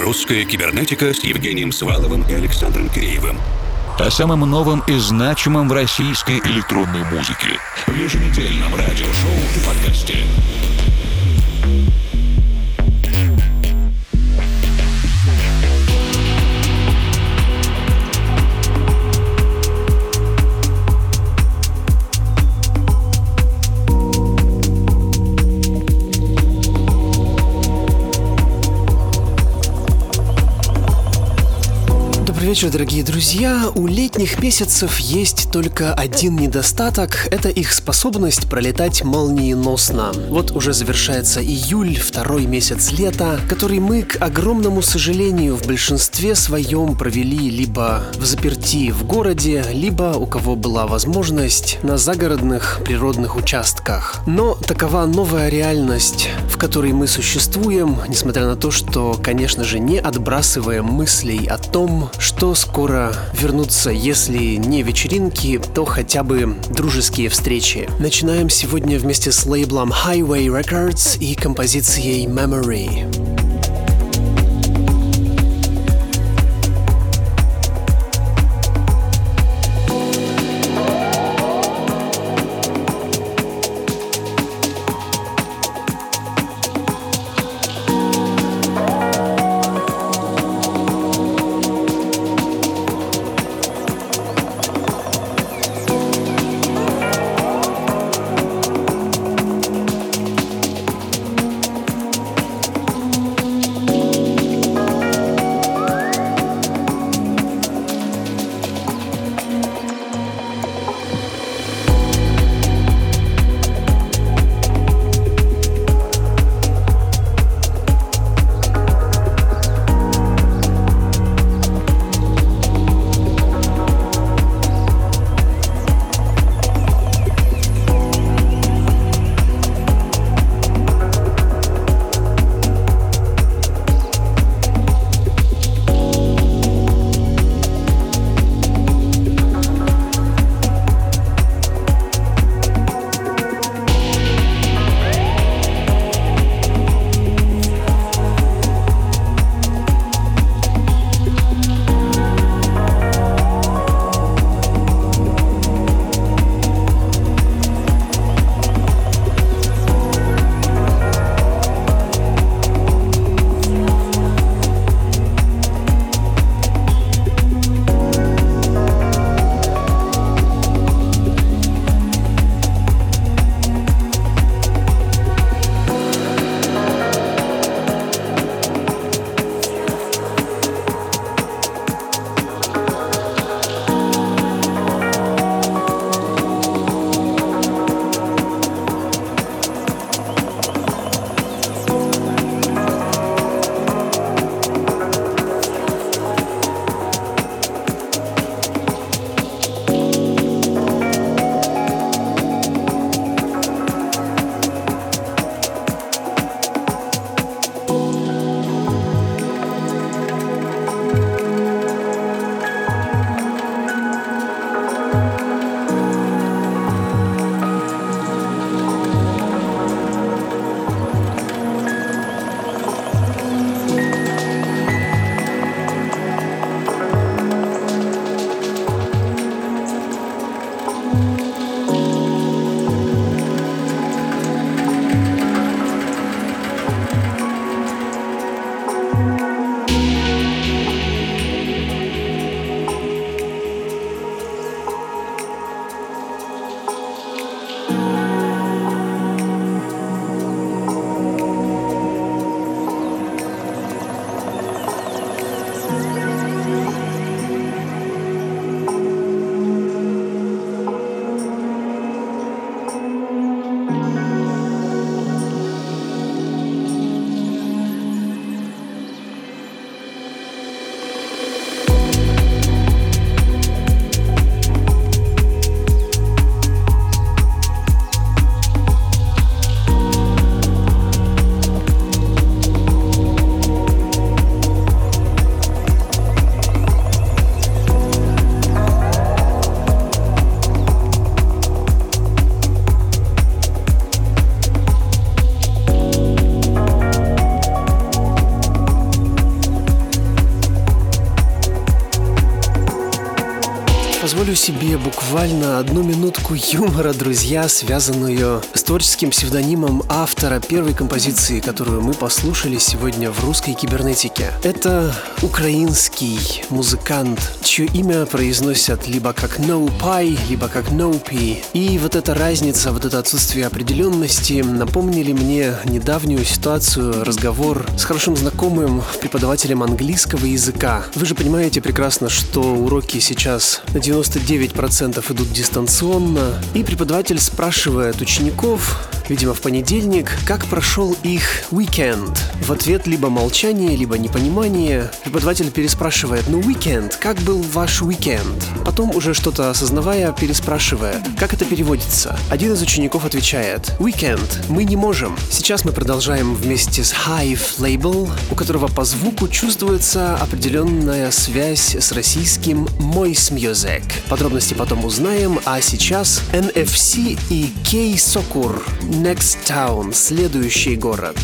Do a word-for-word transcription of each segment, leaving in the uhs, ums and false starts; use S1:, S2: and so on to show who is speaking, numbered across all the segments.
S1: Русская кибернетика с Евгением Сваловым и Александром Киреевым.
S2: О самом новом и значимом в российской электронной музыке в еженедельном радиошоу и подкасте.
S3: Добрый вечер, дорогие друзья. У летних месяцев есть только один недостаток – это их способность пролетать молниеносно. Вот уже завершается июль, второй месяц лета, который мы, к огромному сожалению, в большинстве своем провели либо в заперти в городе, либо, у кого была возможность, на загородных природных участках. Но такова новая реальность, в которой мы существуем, несмотря на то, что, конечно же, не отбрасываем мыслей о том, что что скоро вернутся, если не вечеринки, то хотя бы дружеские встречи. Начинаем сегодня вместе с лейблом Highway Records и композицией Memory. позволю себе буквально одну минутку юмора, друзья, связанную с творческим псевдонимом автора первой композиции, которую мы послушали сегодня в русской кибернетике. Это украинский музыкант, чье имя произносят либо как No Pie, либо как No P. И вот эта разница, вот это отсутствие определенности напомнили мне недавнюю ситуацию, разговор с хорошим знакомым преподавателем английского языка. Вы же понимаете прекрасно, что уроки сейчас на девяносто девять процентов идут дистанционно, и преподаватель спрашивает учеников, видимо, в понедельник, как прошел их уикенд. В ответ либо молчание, либо непонимание. Преподаватель переспрашивает: ну, уикенд, как был ваш уикенд? Потом, уже что-то осознавая, переспрашивает: как это переводится? Один из учеников отвечает: уикенд, мы не можем. Сейчас мы продолжаем вместе с Hive Label, у которого по звуку чувствуется определенная связь с российским Moist Music. Подробности потом узнаем, а сейчас эн эф си и Кей Сокур. Next Town, следующий город.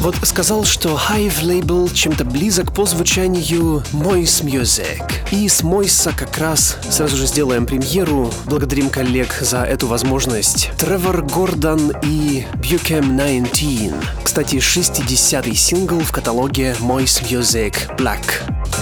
S3: Вот сказал, что Hive лейбл чем-то близок по звучанию Moist Music. И с Moist как раз сразу же сделаем премьеру. Благодарим коллег за эту возможность. Тревор Гордон и Buchem девятнадцать. Кстати, шестидесятый сингл в каталоге Moist Music Black.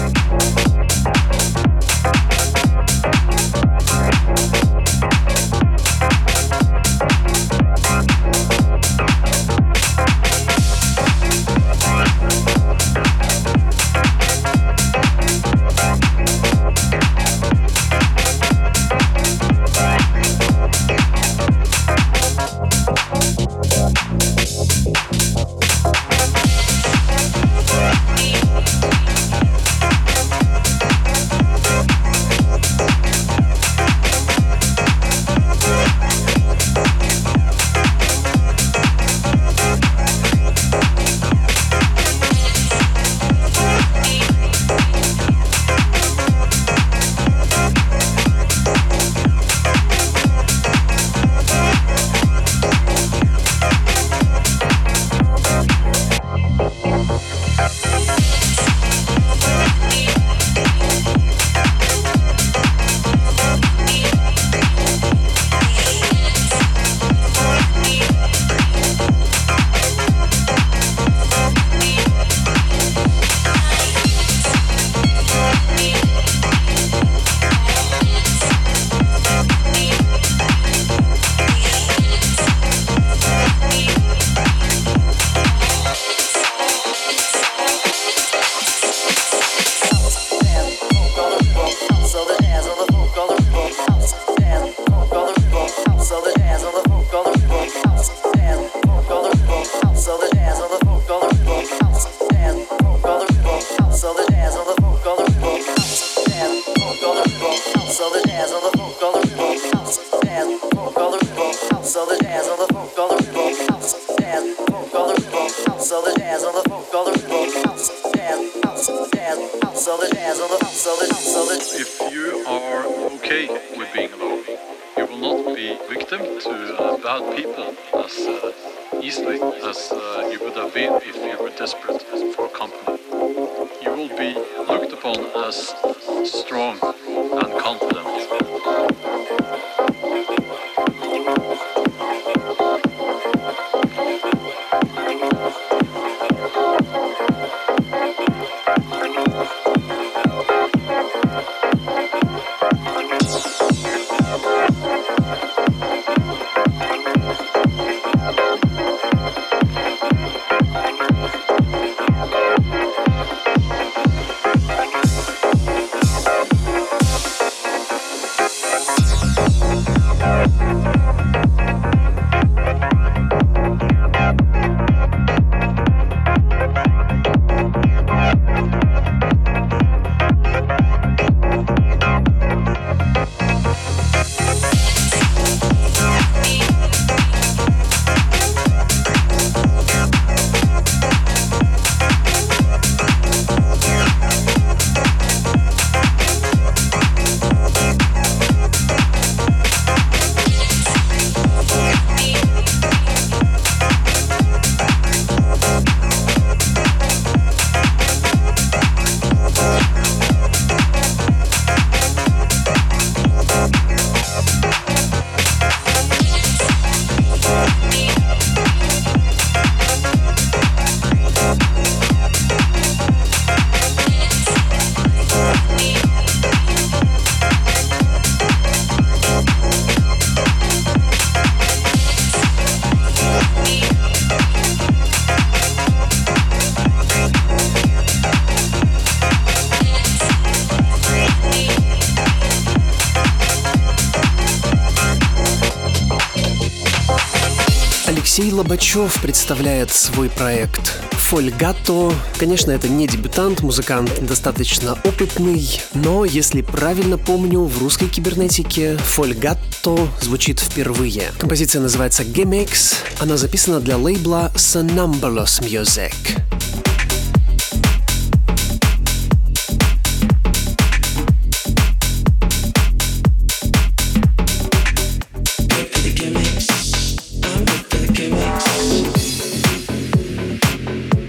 S3: Алексей Лобачев представляет свой проект Фольгато. Конечно, это не дебютант, музыкант достаточно опытный, но, если правильно помню, в русской кибернетике Фольгато звучит впервые. Композиция называется Gimmicks, она записана для лейбла Sonambulous Music.
S4: Gimmicks.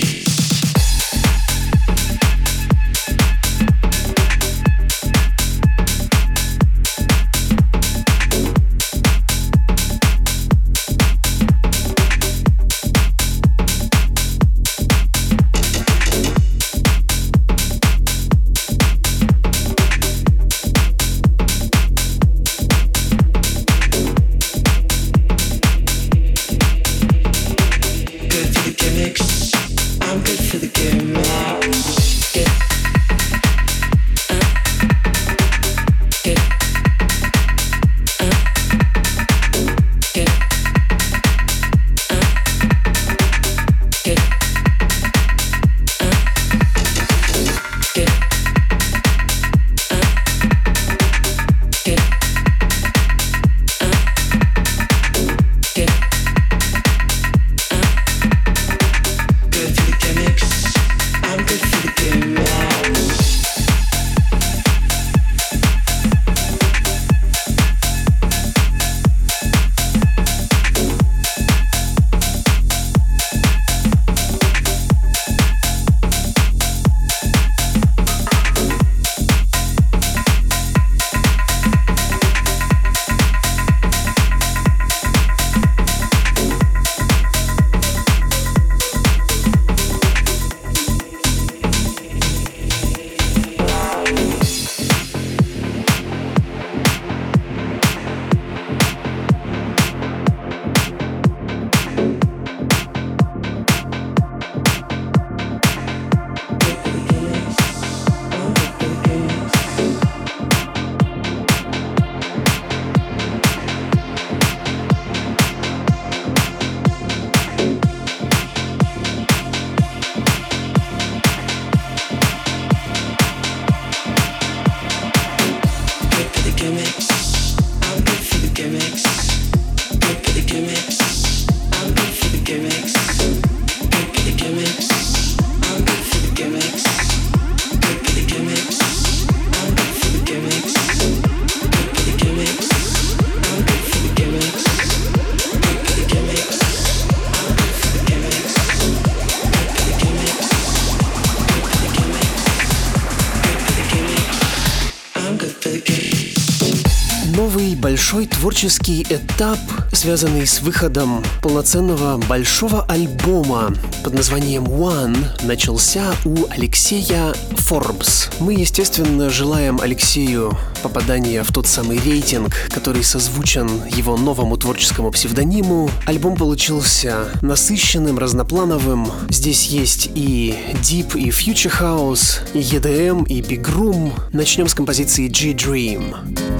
S3: Новый большой творческий этап, связанный с выходом полноценного большого альбома под названием One, начался у Алексея Forbes. Мы, естественно, желаем Алексею попадания в тот самый рейтинг, который созвучен его новому творческому псевдониму. Альбом получился насыщенным, разноплановым. Здесь есть и Deep, и Future House, и и ди эм, и Big Room. Начнем с композиции G-Dream.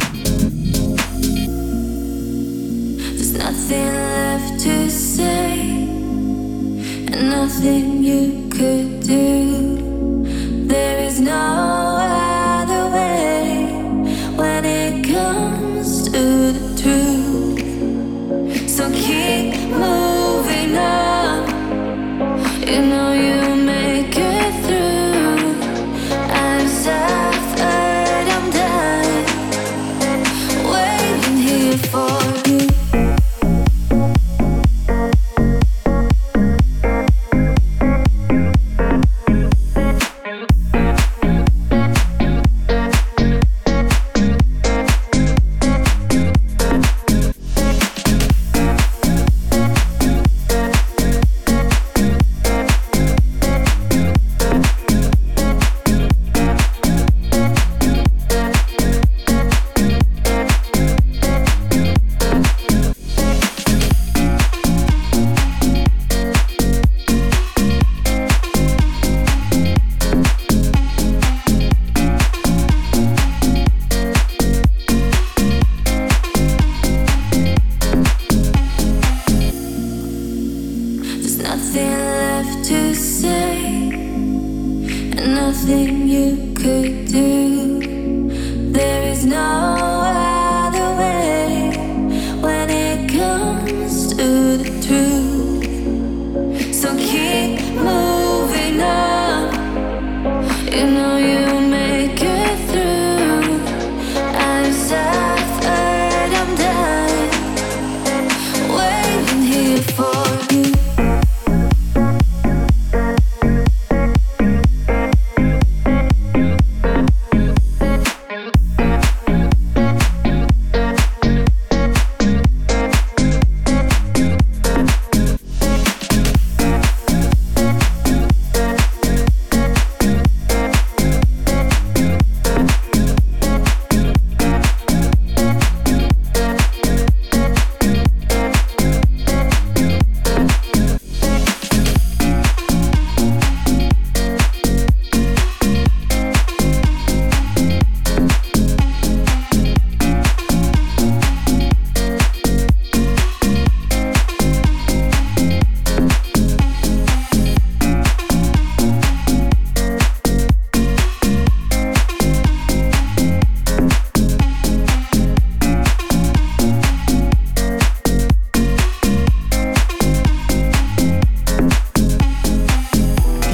S4: Nothing left to say, and nothing you could do. There is no other way when it comes to the truth. So keep moving on. You know you'll make it through. I've suffered, I'm done waiting here for you.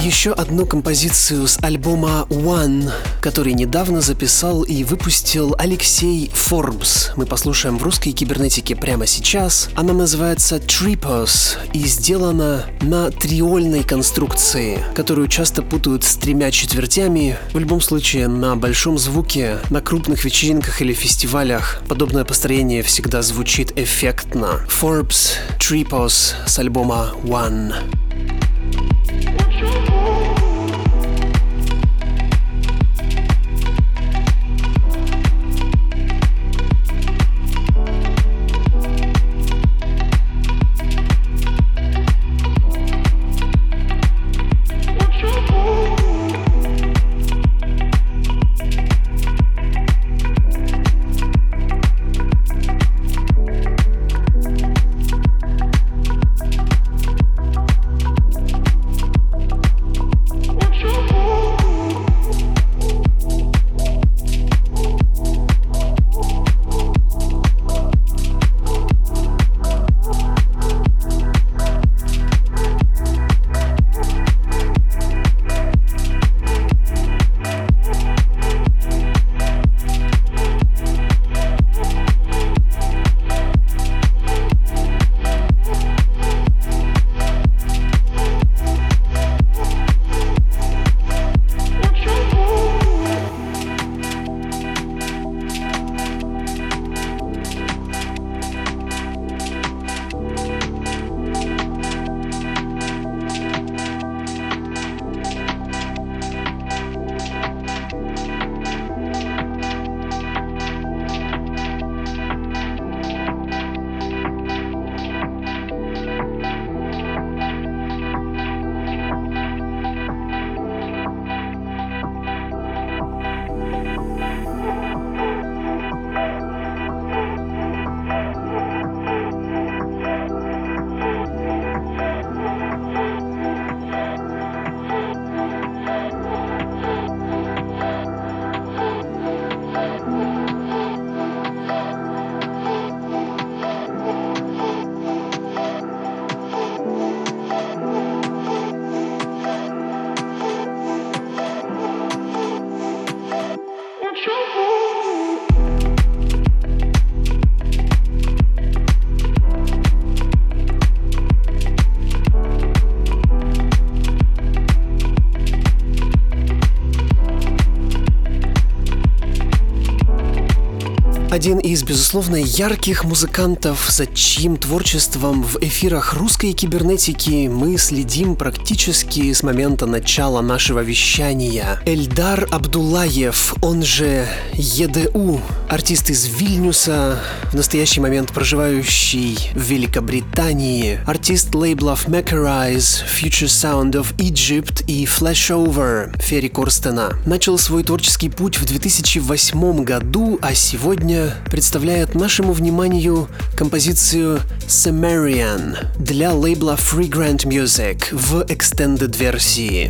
S3: еще одну композицию с альбома One, который недавно записал и выпустил Алексей Forbes. Мы послушаем в русской кибернетике прямо сейчас. Она называется Tripos и сделана на триольной конструкции, которую часто путают с тремя четвертями. В любом случае, на большом звуке, на крупных вечеринках или фестивалях подобное построение всегда звучит эффектно. Forbes Tripos с альбома One. Один из, безусловно, ярких музыкантов, за чьим творчеством в эфирах русской кибернетики мы следим практически с момента начала нашего вещания. Эльдар Абдуллаев, он же ЕДУ, артист из Вильнюса, в настоящий момент проживающий в Великобритании, артист лейблов Macarize, Future Sound of Egypt и Flashover Ферри Корстена. Начал свой творческий путь в две тысячи восьмом году, а сегодня представляет нашему вниманию композицию Sumerian для лейбла Freegrant Music в extended версии.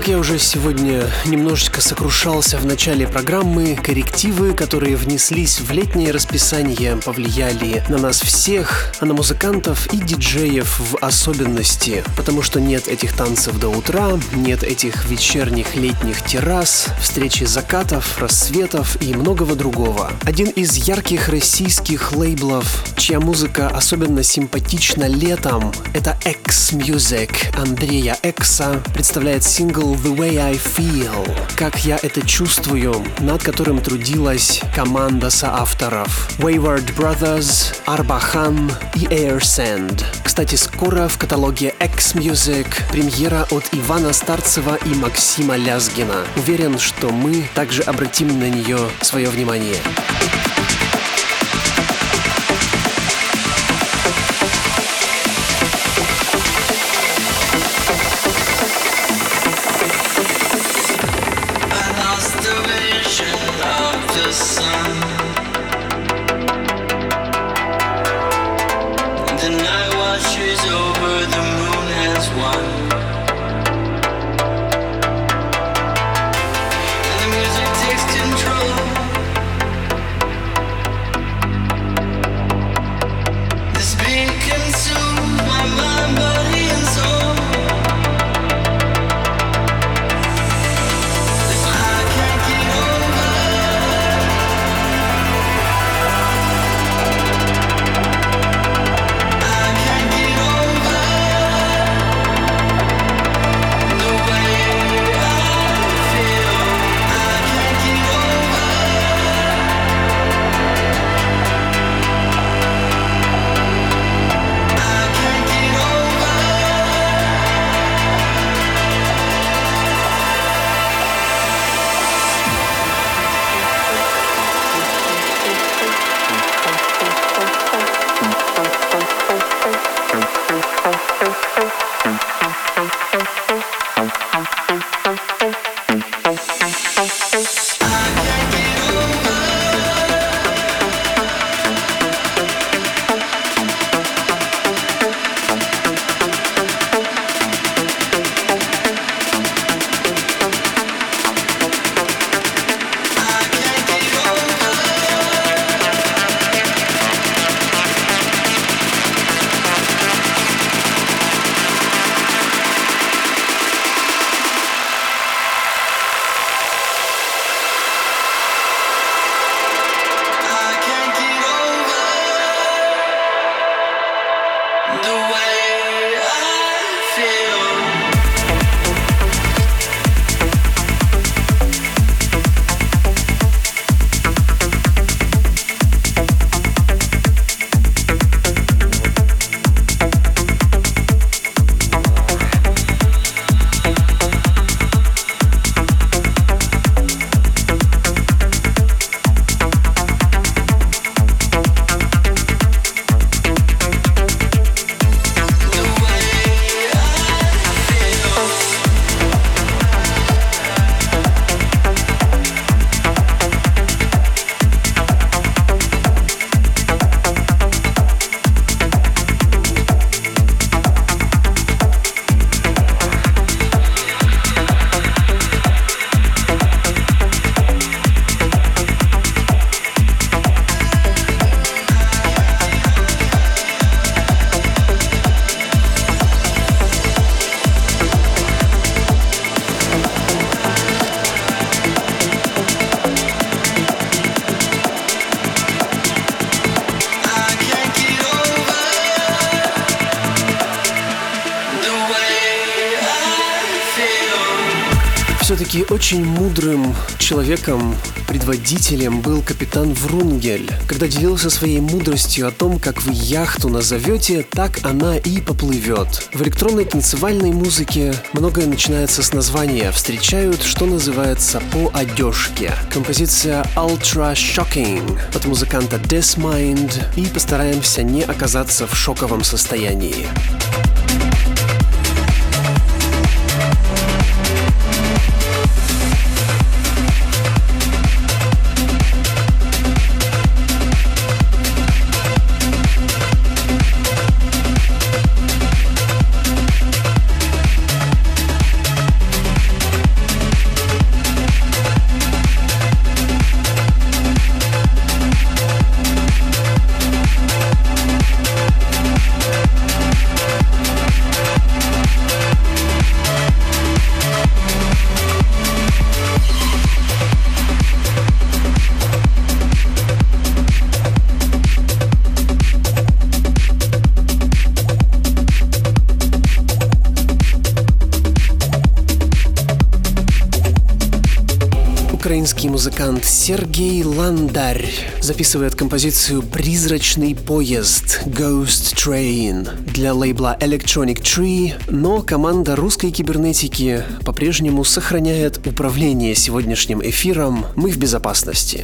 S3: я уже сегодня немножечко сокрушался в начале программы, коррективы, которые внеслись в летнее расписание, повлияли на нас всех, а на музыкантов и диджеев в особенности, потому что нет этих танцев до утра, нет этих вечерних летних террас, встречи закатов, рассветов и многого другого. Один из ярких российских лейблов, чья музыка особенно симпатична летом, это X-Music Андрея Экса, представляет сингл The Way I Feel, как я это чувствую, над которым трудилась команда соавторов Wayward Brothers, Арбахан и Airsand. Кстати, скоро в каталоге X-Music премьера от Ивана Старцева и Максима Лязгина. Уверен, что мы также обратим на нее свое внимание. Все-таки очень мудрым человеком, предводителем был капитан Врунгель. Когда делился своей мудростью о том, как вы яхту назовете, так она и поплывет. В электронной танцевальной музыке многое начинается с названия. Встречают, что называется, по одежке. Композиция Ultra Shocking от музыканта Desmind, и постараемся не оказаться в шоковом состоянии. украинский музыкант Сергей Ландарь записывает композицию «Призрачный поезд» Ghost Train для лейбла Electronic Tree, но команда русской кибернетики по-прежнему сохраняет управление сегодняшним эфиром. Мы в безопасности.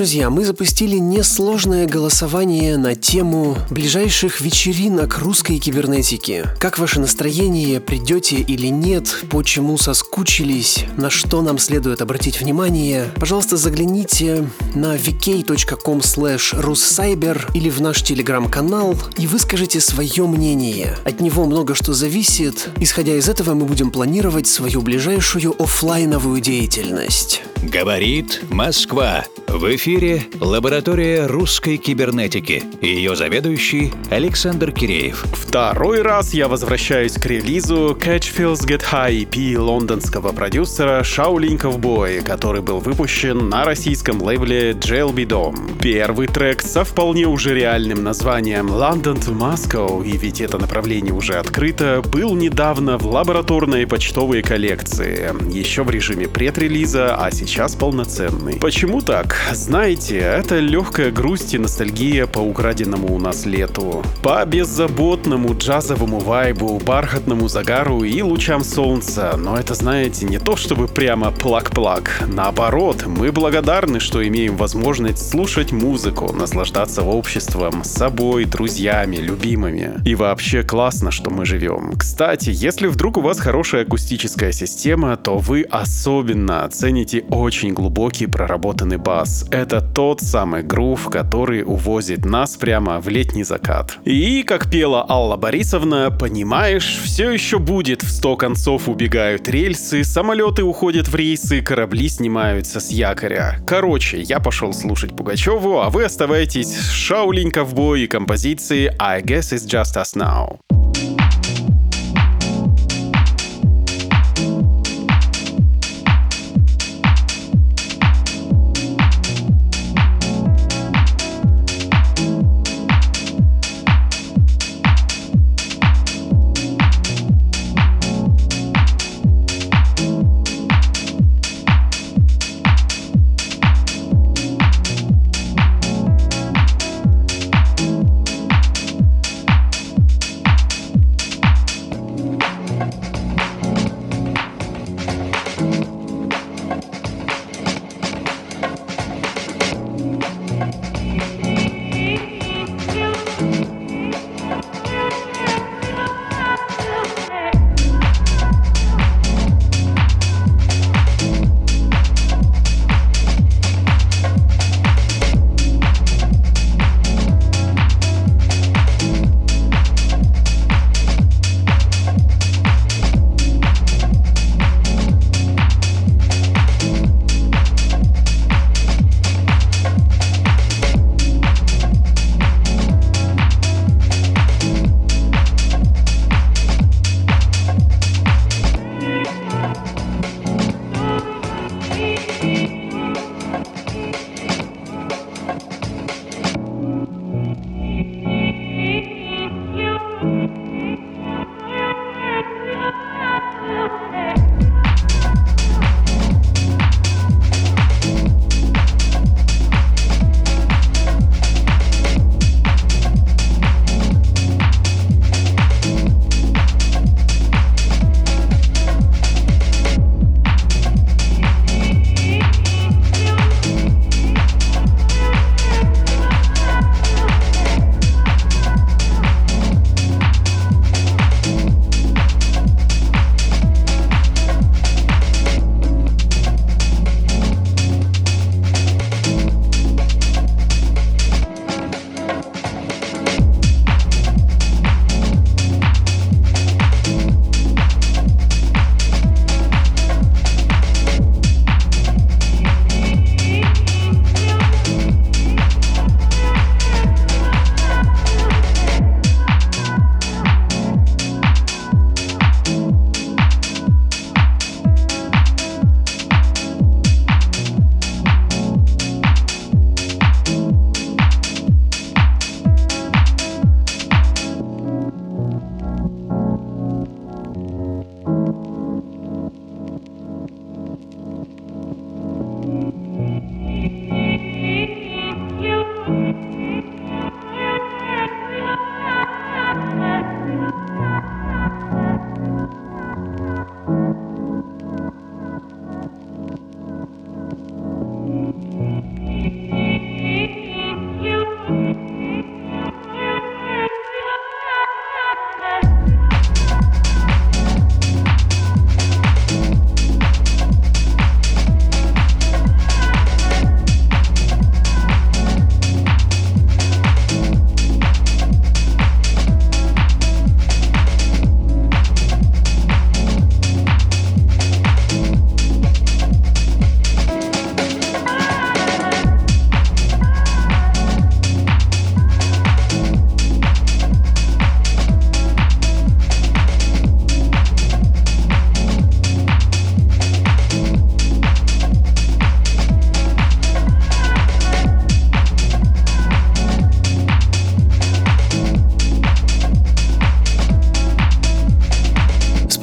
S3: друзья, мы запустили несложное голосование на тему ближайших вечеринок русской кибернетики. Как ваше настроение, придете или нет, почему соскучились, на что нам следует обратить внимание? Пожалуйста, загляните на ви кей точка ком слэш руссайбер или в наш телеграм-канал и выскажите свое мнение. От него много что зависит. Исходя из этого, мы будем планировать свою ближайшую офлайновую деятельность.
S2: Говорит Москва. В эфире лаборатория русской кибернетики. Ее заведующий Александр Киреев.
S5: Второй раз я возвращаюсь к релизу Catch Feels Get High и пи лондонского продюсера Shaolin Cowboy, который был выпущен на российском лейбле джей эл би Dom. Первый трек со вполне уже реальным названием London to Moscow, и ведь это направление уже открыто, был недавно в лабораторной почтовой коллекции. Еще в режиме предрелиза, а сейчас полноценный. Почему так? Знаете, это легкая грусть и ностальгия по украденному у нас лету. По беззаботному джазовому вайбу, бархатному загару и лучам солнца. Но это, знаете, не то чтобы прямо плак-плак. Наоборот, мы благодарны, что имеем возможность слушать музыку, наслаждаться обществом, собой, друзьями, любимыми. И вообще классно, что мы живем. Кстати, если вдруг у вас хорошая акустическая система, то вы особенно оцените очень глубокий проработанный бас. Это тот самый грув, который увозит нас прямо в летний закат. И, как пела Алла Борисовна, понимаешь, все еще будет, в сто концов убегают рельсы, самолеты уходят в рейсы, корабли снимаются с якоря. Короче, я пошел слушать Пугачеву, а вы оставайтесь с Shaolin Cowboy и композицией I Guess It's Just Us Now.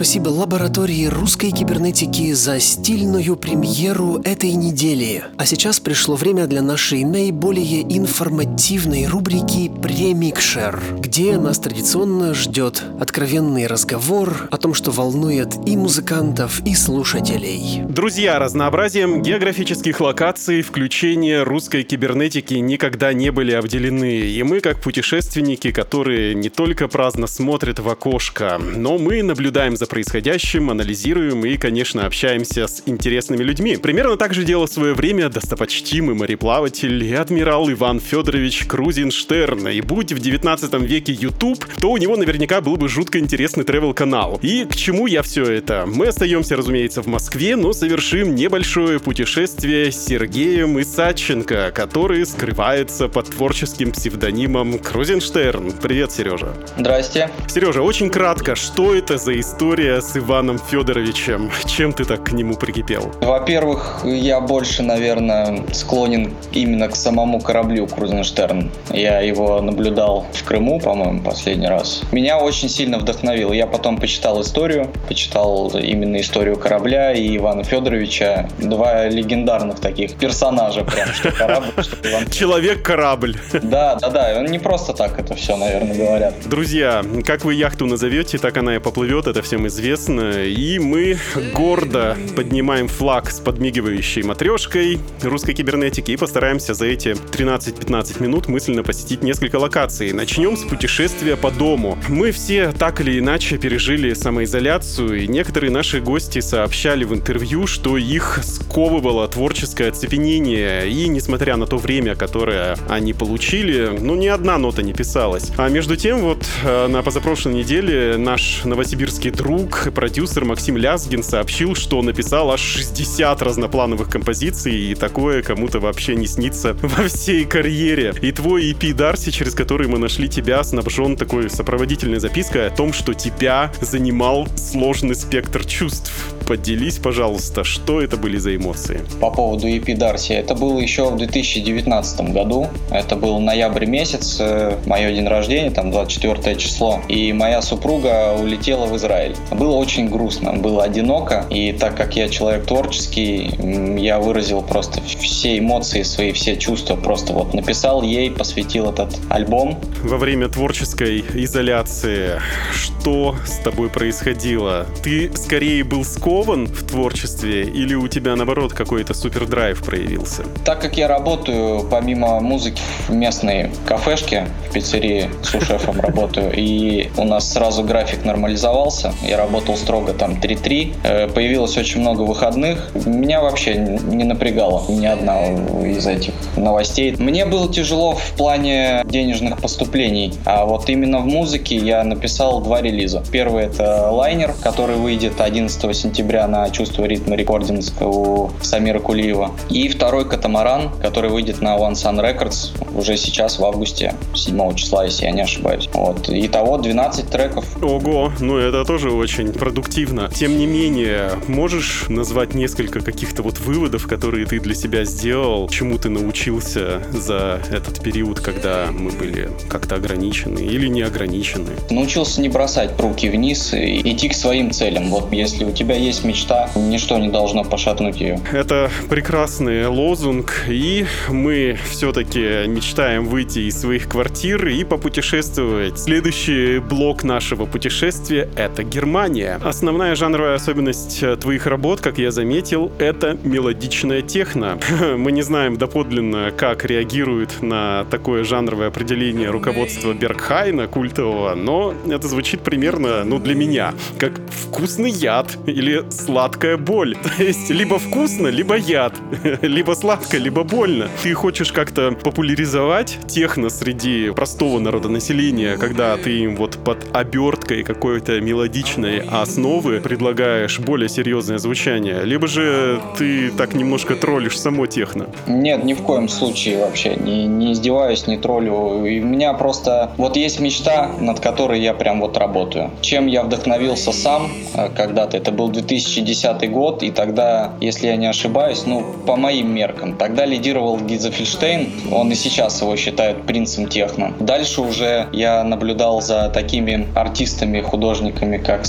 S3: спасибо лаборатории русской кибернетики за стильную премьеру этой недели. А сейчас пришло время для нашей наиболее информативной рубрики «Премикшер», где нас традиционно ждет откровенный разговор о том, что волнует и музыкантов, и слушателей.
S5: Друзья, разнообразием географических локаций включение русской кибернетики никогда не были обделены. И мы, как путешественники, которые не только праздно смотрят в окошко, но мы наблюдаем за происходящим, анализируем и, конечно, общаемся с интересными людьми. Примерно так же делал в свое время достопочтимый мореплаватель и адмирал Иван Федорович Крузенштерн. И будь в девятнадцатом веке YouTube, то у него наверняка был бы жутко интересный тревел-канал. И к чему я все это? Мы остаемся, разумеется, в Москве, но совершим небольшое путешествие с Сергеем Исаченко, который скрывается под творческим псевдонимом Крузенштерн. Привет, Сережа.
S6: Здрасте.
S5: Сережа, очень кратко, что это за история с Иваном Федоровичем? Чем ты так к нему прикипел?
S6: Во-первых, я больше, наверное, склонен именно к самому кораблю Крузенштерн. Я его наблюдал в Крыму, по-моему, последний раз. Меня очень сильно вдохновил. Я потом почитал историю, почитал именно историю корабля и Ивана Федоровича. Два легендарных таких персонажа, прям, что корабль, что Иван Федорович.
S5: Человек-корабль.
S6: Да, да, да. Не просто так это все, наверное, говорят.
S5: Друзья, как вы яхту назовете, так она и поплывет, это всем известно. И мы гордо поднимаем флаг с подмигивающей матрешкой русской кибернетики и постараемся за эти тринадцать-пятнадцать минут мысленно посетить несколько локаций. Начнем с путешествия по дому. Мы все так или иначе пережили самоизоляцию, и некоторые наши гости сообщали в интервью, что их сковывало творческое оцепенение, и несмотря на то время, которое они получили, ну ни одна нота не писалась. А между тем, вот на позапрошлой неделе наш новосибирский друг, продюсер Максим Лязгин сообщил, что написал аж шестьдесят разноплановых композиций, и такое кому-то вообще не снится во всей карьере. И твой и пи Дарси, через который мы нашли тебя, снабжен такой сопроводительной запиской о том, что тебя занимал сложный спектр чувств. Поделись, пожалуйста, что это были за эмоции?
S6: По поводу и пи Дарси. Это было еще в две тысячи девятнадцатом году. Это был ноябрь месяц, мое день рождения, там двадцать четвёртое число. И моя супруга улетела в Израиль. Было очень грустно, было одиноко. И так как я человек творческий, я выразил просто все эмоции свои, все чувства. Просто вот написал ей, посвятил этот альбом.
S5: Во время творческой изоляции что с тобой происходило? Ты скорее был скован в творчестве или у тебя, наоборот, какой-то супердрайв проявился?
S6: Так как я работаю, помимо музыки, в местной кафешке, в пиццерии с шефом работаю, и у нас сразу график нормализовался, я работал строго там три-три, появилось очень много выходных, меня вообще не напрягало ни одна из этих новостей. Мне было тяжело в плане денежных поступлений, а вот именно в музыке я написал два релиза. Первый — это «Лайнер», который выйдет одиннадцатого сентября на «Чувство ритма рекордингс» у Самира Кулиева. И второй «Катамаран», который выйдет на One Sun Records уже сейчас, в августе, седьмого числа, если я не ошибаюсь. Вот. Итого двенадцать треков.
S5: Ого, ну это тоже очень продуктивно. Тем не менее, можешь назвать несколько каких-то вот выводов, которые ты для себя сделал, чему ты научился за этот период, когда мы были как-то ограничены или не ограничены?
S6: Научился не бросать руки вниз и идти к своим целям. Вот если у тебя есть мечта, ничто не должно пошатнуть ее.
S5: Это прекрасный лозунг, и мы все-таки мечтаем выйти из своих квартир и попутешествовать. Следующий блок нашего путешествия — это Германия. Основная жанровая особенность твоих работ, как я заметил, это мелодичная техно. Мы не знаем доподлинно, как реагирует на такое жанровое определение руководство Бергхайна культового, но это звучит примерно, ну, для меня, как вкусный яд или сладкая боль. То есть либо вкусно, либо яд, либо сладко, либо больно. Ты хочешь как-то популяризовать техно среди простого народонаселения, когда ты им вот под оберткой какой-то мелодичной основы предлагаешь более серьезное звучание, либо же ты так немножко троллишь само техно?
S6: Нет, ни в коем случае вообще. Не, не издеваюсь, не троллю. И у меня просто вот есть мечта, над которой я прям вот работаю. Чем я вдохновился сам когда-то, это был две тысячи десятый год, и тогда, если я не ошибаюсь, ну, по моим меркам, тогда лидировал Гиза Фельштейн, он и сейчас его считают принцем техно. Дальше уже я наблюдал за такими артистами, художниками, как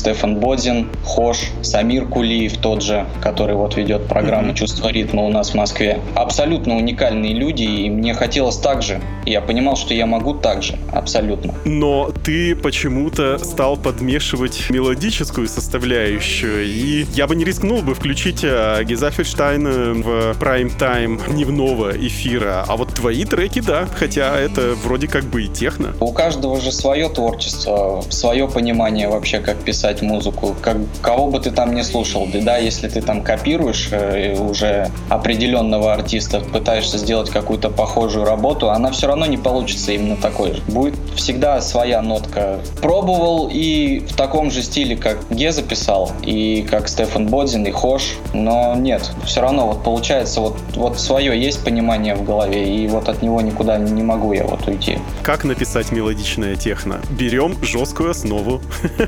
S6: Стефан Бодзин, Хош, Самир Кулиев тот же, который вот ведет программу mm-hmm. «Чувство ритма» у нас в Москве. Абсолютно уникальные люди, и мне хотелось так же. Я понимал, что я могу так же, абсолютно.
S5: Но ты почему-то стал подмешивать мелодическую составляющую, и я бы не рискнул бы включить Гезафельштайна в прайм-тайм дневного эфира. А вот твои треки, да, хотя это вроде как бы и техно.
S6: У каждого же свое творчество, свое понимание вообще, как писать музыку. Как, кого бы ты там не слушал, да, если ты там копируешь э, уже определенного артиста, пытаешься сделать какую-то похожую работу, она все равно не получится именно такой же. Будет всегда своя нотка. Пробовал и в таком же стиле, как Геза писал, и как Стефан Бодзин, и Хош, но нет, все равно вот получается вот, вот свое есть понимание в голове, и вот от него никуда не могу я вот уйти.
S5: Как написать мелодичное техно? Берем жесткую основу,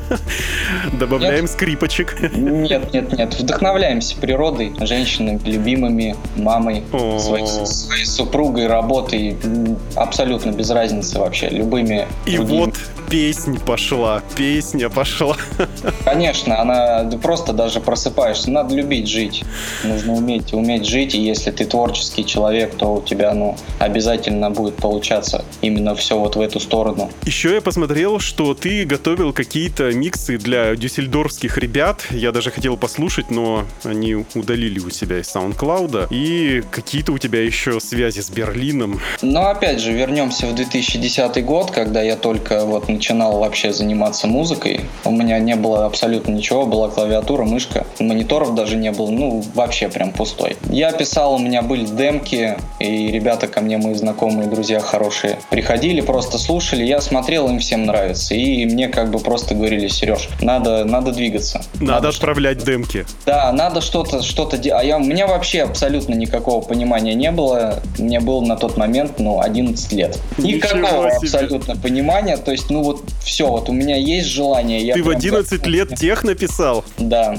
S5: добавляем нет. скрипочек.
S6: Нет, нет, нет. Вдохновляемся природой, женщинами, любимыми, мамой, своей, своей супругой, работой. Абсолютно без разницы вообще. Любыми
S5: И
S6: другими.
S5: Вот песня пошла, песня пошла.
S6: Конечно, она просто даже просыпаешься. Надо любить жить. Нужно уметь, уметь жить. И если ты творческий человек, то у тебя, ну, обязательно будет получаться именно все вот в эту сторону.
S5: Еще я посмотрел, что ты готовил какие-то миксы для дюссельдорфских ребят. Я даже хотел послушать, но они удалили у себя из SoundCloud. И какие-то у тебя еще связи с Берлином.
S6: Но опять же, вернемся в две тысячи десятый год, когда я только вот начинал вообще заниматься музыкой. У меня не было абсолютно ничего, была клавиатура, мышка, мониторов даже не было, ну вообще прям пустой. Я писал, у меня были демки, и ребята ко мне, мои знакомые, друзья хорошие, приходили, просто слушали, я смотрел, им всем нравится. И мне как бы просто говорили: Сереж, надо, надо двигаться.
S5: Надо, надо отправлять что-то... демки.
S6: Да, надо что-то, что-то делать. А я, у меня вообще абсолютно никакого понимания не было. Мне было на тот момент, ну, одиннадцать лет. Никакого абсолютно понимания. То есть, ну вот все, вот у меня есть желание. Я
S5: Ты в одиннадцать как... лет техно писал?
S6: Да.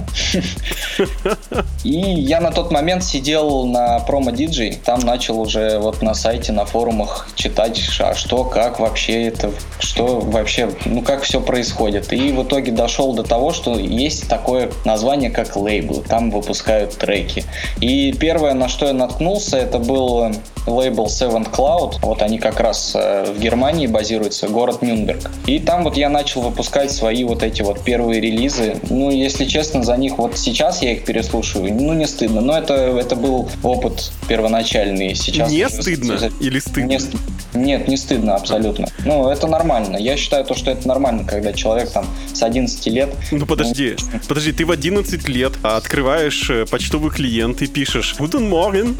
S6: И я на тот момент сидел на промо-диджей. Там начал уже вот на сайте, на форумах читать, а что, как вообще это, что вообще, ну как все происходит. И в итоге дошел до того, что есть такое название, как лейбл. Там выпускают треки. И первое, на что я наткнулся, это был лейбл Seventh Cloud. Вот они как раз в Германии базируются, город Нюрнберг. И там вот я начал выпускать свои вот эти вот первые релизы. Ну, если честно, за них вот сейчас я их переслушиваю, ну, не стыдно. Но это, это был опыт первоначальный. Сейчас
S5: не стыдно уже... или стыдно?
S6: Не... Нет, не стыдно абсолютно. Ну, это нормально. Я считаю, то, что это нормально, когда человек там с одиннадцати лет...
S5: Ну, подожди, ну... подожди, ты в одиннадцать лет открываешь почтовый клиент и пишешь «Guten Morgen».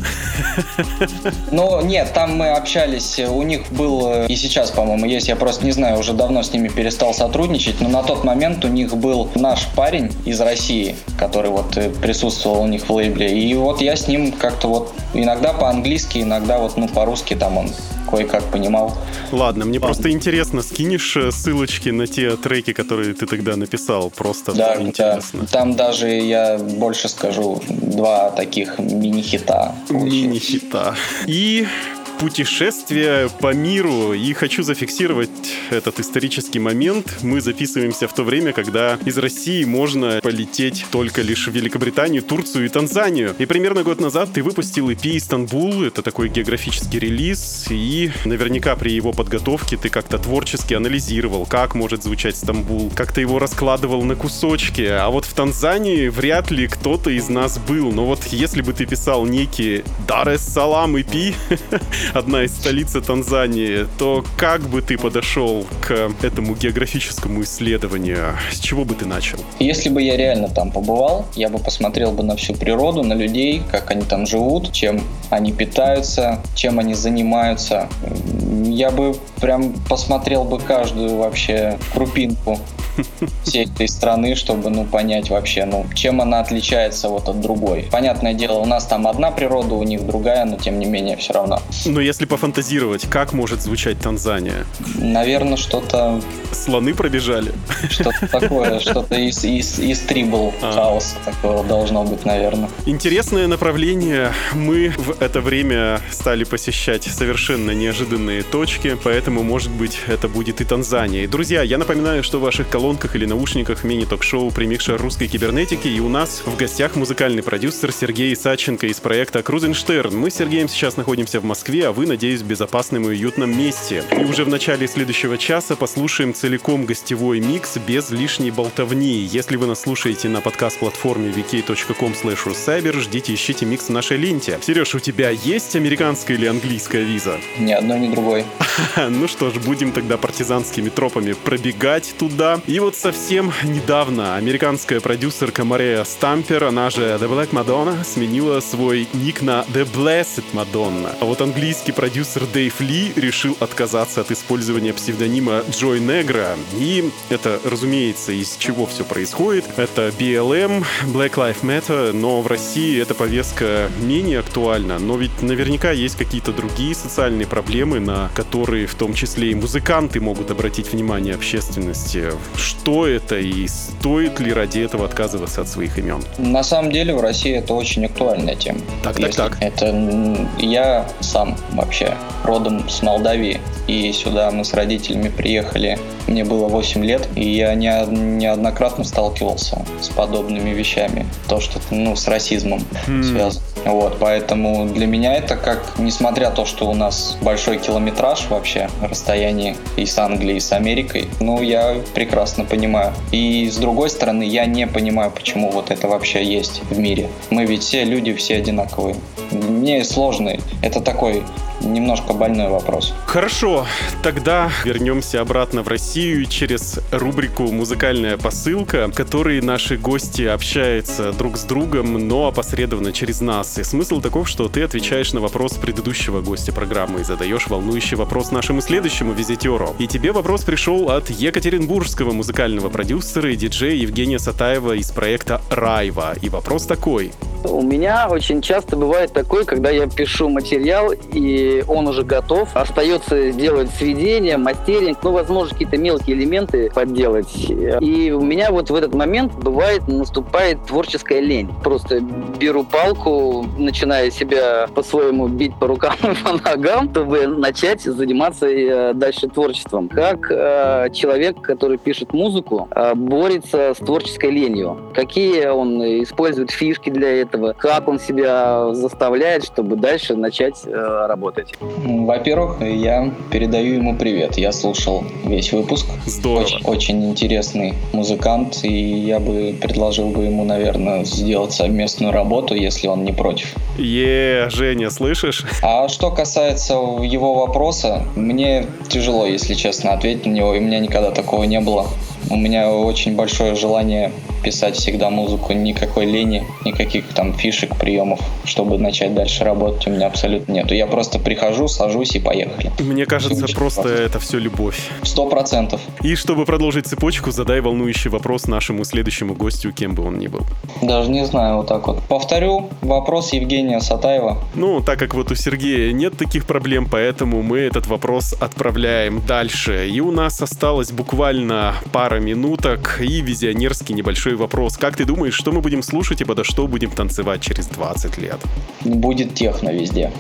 S6: Ну, нет, там мы общались, у них был, и сейчас, по-моему, есть, я просто не знаю, уже давно с ними перестал сотрудничать, но на тот момент у них был наш парень из России, который вот присутствовал у них в лейбле, и вот я с ним как-то вот иногда по-английски, иногда вот, ну, по-русски там он кое-как понимал.
S5: Ладно, мне Ладно. просто интересно, скинешь ссылочки на те треки, которые ты тогда написал? Просто
S6: да,
S5: интересно.
S6: Да. Там даже, я больше скажу, два таких мини-хита.
S5: Мини-хита. И путешествие по миру. И хочу зафиксировать этот исторический момент. Мы записываемся в то время, когда из России можно полететь только лишь в Великобританию, Турцию и Танзанию. И примерно год назад ты выпустил и пи «Истанбул». Это такой географический релиз. И наверняка при его подготовке ты как-то творчески анализировал, как может звучать Стамбул, как ты его раскладывал на кусочки. А вот в Танзании вряд ли кто-то из нас был. Но вот если бы ты писал некий Дар-эс-Салам и пи, одна из столиц Танзании, то как бы ты подошел к этому географическому исследованию? С чего бы ты начал?
S6: Если бы я реально там побывал, я бы посмотрел бы на всю природу, на людей, как они там живут, чем они питаются, чем они занимаются. Я бы прям посмотрел бы каждую вообще крупинку всей этой страны, чтобы, ну, понять вообще, ну, чем она отличается вот от другой. Понятное дело, у нас там одна природа, у них другая, но тем не менее все равно.
S5: Но Но если пофантазировать, как может звучать Танзания?
S6: Наверное, что-то...
S5: Слоны пробежали?
S6: Что-то такое, что-то из, из, из трибл хаоса такого должно быть, наверное.
S5: Интересное направление. Мы в это время стали посещать совершенно неожиданные точки, поэтому, может быть, это будет и Танзания. И, друзья, я напоминаю, что в ваших колонках или наушниках мини-ток-шоу «Примикшер русской кибернетики», и у нас в гостях музыкальный продюсер Сергей Саченко из проекта «Крузенштерн». Мы с Сергеем сейчас находимся в Москве, а вы, надеюсь, в безопасном и уютном месте. И уже в начале следующего часа послушаем целиком гостевой микс без лишней болтовни. Если вы нас слушаете на подкаст-платформе ви кей точка ком слэш русайбер, ждите, ищите микс в нашей ленте. Сереж, у тебя есть американская или английская виза?
S6: Ни одной, ни другой.
S5: Ну что ж, будем тогда партизанскими тропами пробегать туда. И вот совсем недавно американская продюсерка Мария Стампер, она же The Black Madonna, сменила свой ник на The Blessed Madonna. А вот английский продюсер Дэйв Ли решил отказаться от использования псевдонима Джой Негра. И это, разумеется, из чего все происходит. Это би эл эм, Black Lives Matter, но в России эта повестка менее актуальна. Но ведь наверняка есть какие-то другие социальные проблемы, на которые в том числе и музыканты могут обратить внимание общественности. Что это и стоит ли ради этого отказываться от своих имен?
S6: На самом деле в России это очень актуальная тема.
S5: Так, так, так.
S6: Это я сам вообще родом с Молдавии, и сюда мы с родителями приехали. Мне было восемь лет, и я не, неоднократно сталкивался с подобными вещами. То, что ну, с расизмом mm. связано. Вот, поэтому для меня это как, несмотря на то, что у нас большой километраж вообще, расстояние и с Англией, и с Америкой, ну, я прекрасно понимаю. И с другой стороны, я не понимаю, почему вот это вообще есть в мире. Мы ведь все люди, все одинаковые. Мне сложно. Это такой немножко больной вопрос.
S5: Хорошо, тогда вернемся обратно в Россию через рубрику «Музыкальная посылка», в которой наши гости общаются друг с другом, но опосредованно через нас. И смысл таков, что ты отвечаешь на вопрос предыдущего гостя программы и задаешь волнующий вопрос нашему следующему визитеру. И тебе вопрос пришел от екатеринбургского музыкального продюсера и диджея Евгения Сатаева из проекта «Райва». И вопрос такой.
S7: У меня очень часто бывает такое, когда я пишу материал, и он уже готов. Остается сделать сведение, мастеринг, ну, возможно, какие-то мелкие элементы подделать. И у меня вот в этот момент бывает, наступает творческая лень. Просто беру палку, начинаю себя по-своему бить по рукам и по ногам, чтобы начать заниматься дальше творчеством. Как э, человек, который пишет музыку, э, борется с творческой ленью? Какие он использует фишки для этого? Как он себя заставляет, чтобы дальше начать э, работать?
S6: Во-первых, я передаю ему привет. Я слушал весь выпуск.
S5: Здорово.
S6: Очень, очень интересный музыкант, и я бы предложил бы ему, наверное, сделать совместную работу, если он не против.
S5: Е, Женя, слышишь?
S6: А что касается его вопроса, мне тяжело, если честно, ответить на него, и у меня никогда такого не было. У меня очень большое желание писать всегда музыку, никакой лени, никаких там фишек, приемов, чтобы начать дальше работать, у меня абсолютно нету. Я просто прихожу, сажусь и поехали.
S5: Мне кажется,
S6: Очень
S5: просто
S6: просто.
S5: Это все любовь.
S6: Сто процентов.
S5: И чтобы продолжить цепочку, задай волнующий вопрос нашему следующему гостю, кем бы он ни был.
S6: Даже не знаю, вот так вот. Повторю вопрос Евгения Сатаева.
S5: Ну, так как вот у Сергея нет таких проблем, поэтому мы этот вопрос отправляем дальше. И у нас осталось буквально пара минуток и визионерский небольшой вопрос. Как ты думаешь, что мы будем слушать и подо что будем танцевать через двадцать лет?
S6: Будет техно везде.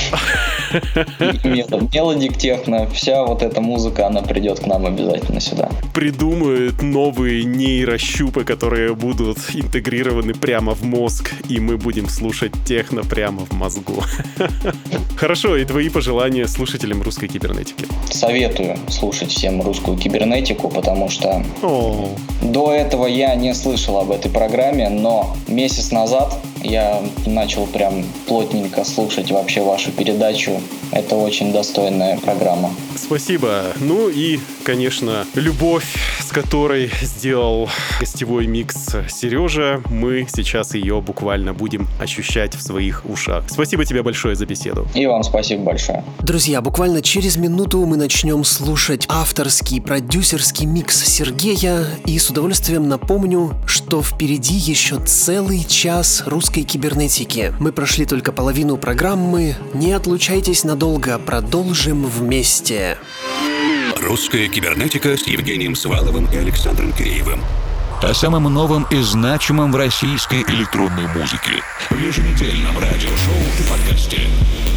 S6: Мелодик техно, вся вот эта музыка, она придет к нам обязательно сюда.
S5: Придумают новые нейрощупы, которые будут интегрированы прямо в мозг, и мы будем слушать техно прямо в мозгу. Хорошо, и твои пожелания слушателям русской кибернетики?
S6: Советую слушать всем русскую кибернетику, потому что
S5: О.
S6: до этого я не слышал об этой программе, но месяц назад я начал прям плотненько слушать вообще вашу передачу. Это очень достойная программа.
S5: Спасибо. Ну и, конечно, любовь, с которой сделал гостевой микс Сережа, мы сейчас ее буквально будем ощущать в своих ушах. Спасибо тебе большое за беседу.
S6: И вам спасибо большое.
S3: Друзья, буквально через минуту мы начнем слушать авторский продюсерский микс Сергея, и с удовольствием напомню, что впереди еще целый час русской русской кибернетики. Мы прошли только половину программы. Не отлучайтесь надолго, продолжим вместе.
S1: Русская кибернетика с Евгением Сваловым и Александром Киреевым.
S2: О самом новом и значимом в российской электронной музыке. В еженедельном радиошоу и подкасте.